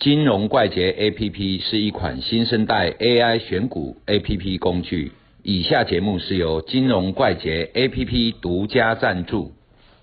金融怪杰 APP 是一款新生代 AI 选股 APP 工具。以下节目是由金融怪杰 APP 独家赞助。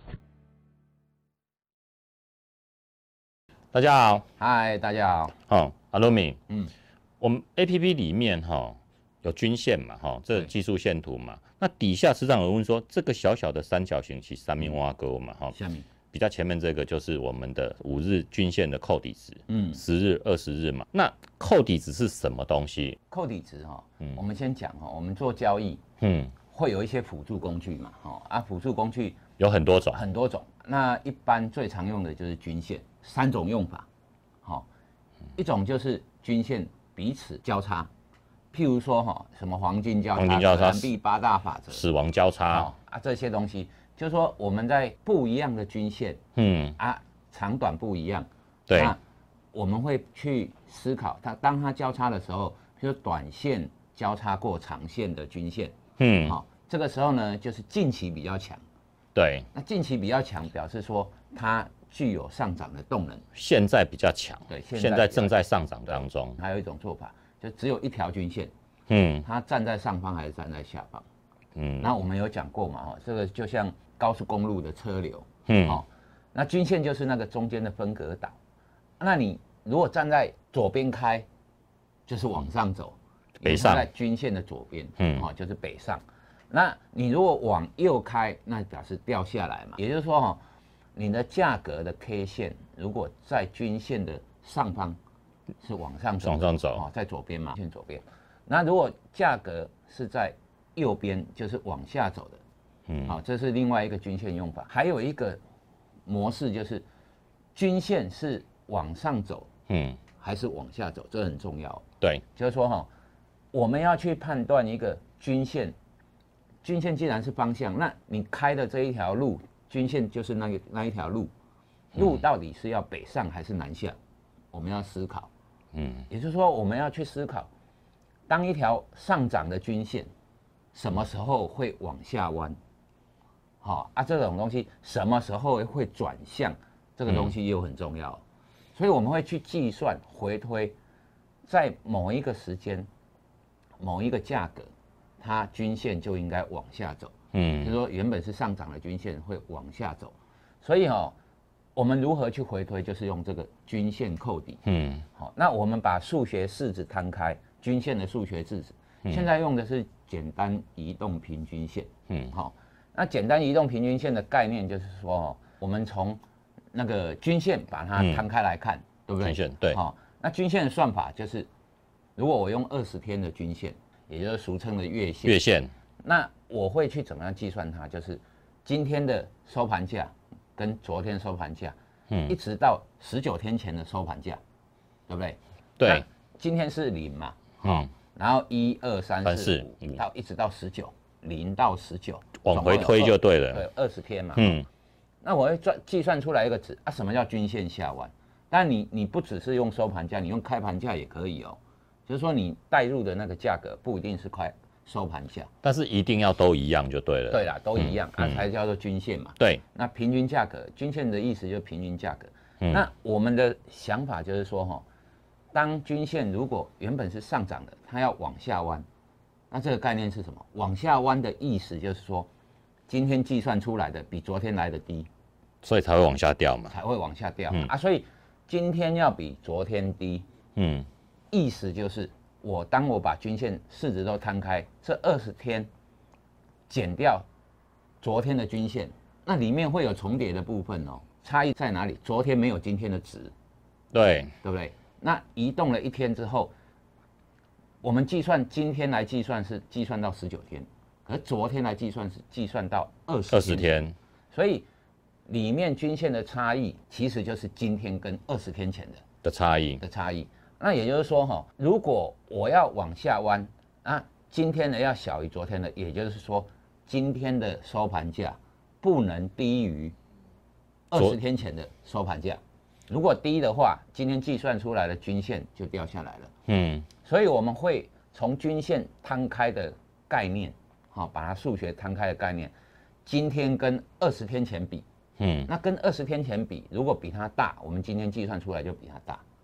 大家好， 嗨，大家好。 阿罗米，我们 APP 里面有均线嘛，这技术线图嘛，那底下实际上有问说，这个小小的三角形其实上面挖沟嘛， 下面比较前面这个就是我们的5日均线的扣底值，10日、20日嘛。那扣底值是什么东西？ 扣底值我们先讲我们做交易，会有一些辅助工具嘛，辅助工具有很多种， 那一般最常用的就是均线，3种用法，一种就是均线彼此交叉，譬如说什么黄金交叉、蓝币8大法则、 死亡交叉这些东西。就是说我们在不一样的均线，长短不一样， 对， 那我们会去思考当它交叉的时候，比如短线交叉过长线的均线，这个时候呢，就是近期比较强， 对， 那近期比较强，表示说它具有上涨的动能， 现在比较强， 对， 现在正在上涨当中。 还有一种做法，就只有一条均线，它站在上方还是站在下方，那我们有讲过嘛，这个就像高速公路的车流，那均线就是那个中间的分隔岛。那你如果站在左边开，就是往上走， 北上， 在均线的左边，就是北上。那你如果往右开，那表示掉下来嘛。也就是说，你的价格的 K 线如果在均线的上方是往上走，在左边嘛，线左边。那如果价格是在右边，就是往下走的。这是另外一个均线用法。还有一个模式就是均线是往上走，还是往下走，这很重要。 对， 就是说我们要去判断一个均线，均线既然是方向，那你开的这一条路，均线就是那一条路，路到底是要北上还是南下，我们要思考。也就是说我们要去思考，当一条上涨的均线什么时候会往下弯？这种东西什么时候会转向？这个东西又很重要，所以我们会去计算回推，在某一个时间、某一个价格，它均线就应该往下走。就是说原本是上涨的均线会往下走，所以我们如何去回推，就是用这个均线扣底。那我们把数学式子摊开，均线的数学式子，现在用的是简单移动平均线。那简单移动平均线的概念就是说，我们从那个均线把它摊开来看，对不对？ 均线对。 那均线的算法就是，如果我用20天的均线，也就是俗称的月线。 月线。那我会去怎么样计算它？就是今天的收盘价跟昨天收盘价，一直到19天前的收盘价，对不对？ 对。 今天是0嘛，然后1、2、3、4、5到一直到19，0到19。 往回推就对了， 对，20天嘛。那我会计算出来一个值什么叫均线下弯？但你不只是用收盘价，你用开盘价也可以就是说你带入的那个价格不一定是收盘价， 但是一定要都一样就对了。 对啦，都一样才叫做均线嘛。 对。 那平均价格，均线的意思就是平均价格。那我们的想法就是说当均线如果原本是上涨的，它要往下弯。那这个概念是什么？往下弯的意思就是说，今天计算出来的比昨天来的低， 所以才会往下掉嘛。 才会往下掉所以今天要比昨天低，意思就是当我把均线市值都摊开，这20天减掉昨天的均线，那里面会有重叠的部分差异在哪里？昨天没有今天的值， 对不对？那移动了1天之后。我们今天来计算是计算到19天，可是昨天来计算是计算到20天，所以里面均线的差异其实就是今天跟20天前的差异。那也就是说如果我要往下弯今天的要小于昨天的，也就是说今天的收盘价不能低于20天前的收盘价。如果低的话，今天计算出来的均线就掉下来了。所以我们会从均线摊开的概念，把它数学摊开的概念，今天跟20天前比，那跟20天前比，如果比它大，我们今天计算出来就比它大。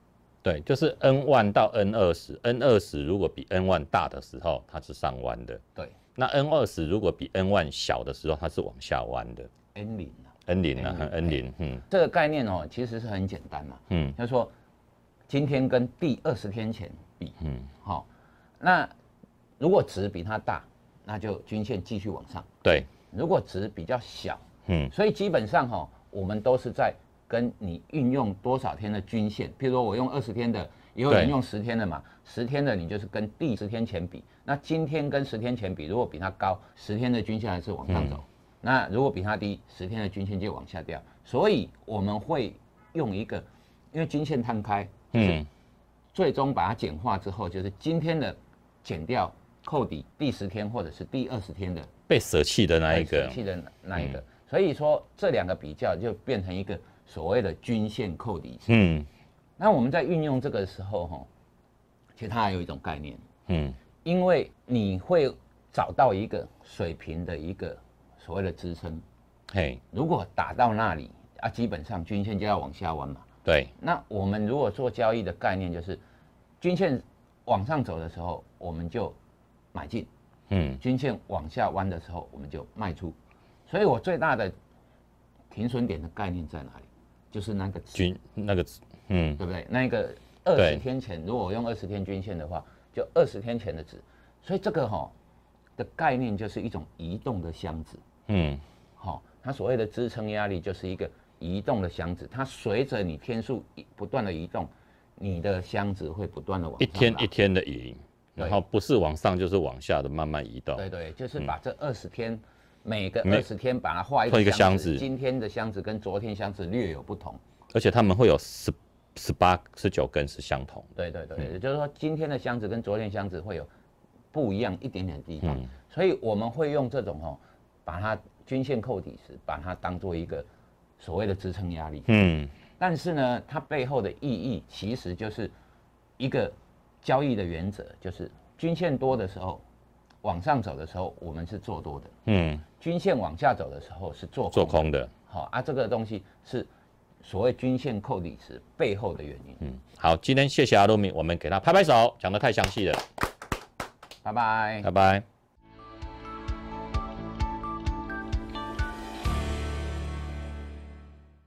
对，就是 N1 到 N20，N20 如果比 N1 大的时候，它是上弯的。 对， 那 N20 如果比 N1 小的时候，它是往下弯的。 N0啊 ，N0啊，N0， 这个概念哦，其实是很简单嘛，就是说今天跟第20天前比，好，那如果值比它大，那就均线继续往上。 对， 如果值比较小，所以基本上哈，我们都是在跟你运用多少天的均线，譬如说我用20天的，也有人用10天的嘛，10天的你就是跟第10天前比，那今天跟10天前比，如果比它高，10天的均线还是往上走，那如果比它低，10天的均线就往下掉，所以我们会用一个，因为均线摊开，最终把它简化之后，就是今天的减掉扣抵第10天或者是第20天的被舍弃的那一个， 舍弃的那一个，所以说这两个比较就变成一个所谓的均线扣抵值。那我们在运用这个的时候，其实它还有一种概念，因为你会找到一个水平的一个所谓的支撑，如果打到那里啊，基本上均线就要往下弯嘛。 对， 那我们如果做交易的概念就是，均线往上走的时候，我们就买进，均线往下弯的时候，我们就卖出。所以我最大的停损点的概念在哪里？就是那个值，对不对？那个20天前，如果我用20天均线的话，就20天前的值。所以这个的概念就是一种移动的箱子，它所谓的支撑压力就是一个移动的箱子，它随着你天数不断的移动，你的箱子会不断的往上，一天一天的移，然后不是往上就是往下的慢慢移动。 对，就是把这20天。每个20天把它画一个箱子，今天的箱子跟昨天箱子略有不同， 而且它们会有18、19根是相同。 对，也就是说今天的箱子跟昨天箱子会有不一样一点点的地方，所以我们会用这种把它均线扣抵时，把它当做一个所谓的支撑压力。但是呢，它背后的意义其实就是一个交易的原则，就是均线多的时候。往上走的时候，我们是做多的，均线往下走的时候是做空的，这个东西是所谓均线扣抵值背后的原因。 好，今天谢谢阿鲁米，我们给他拍拍手，讲得太详细了， 拜拜， 拜拜。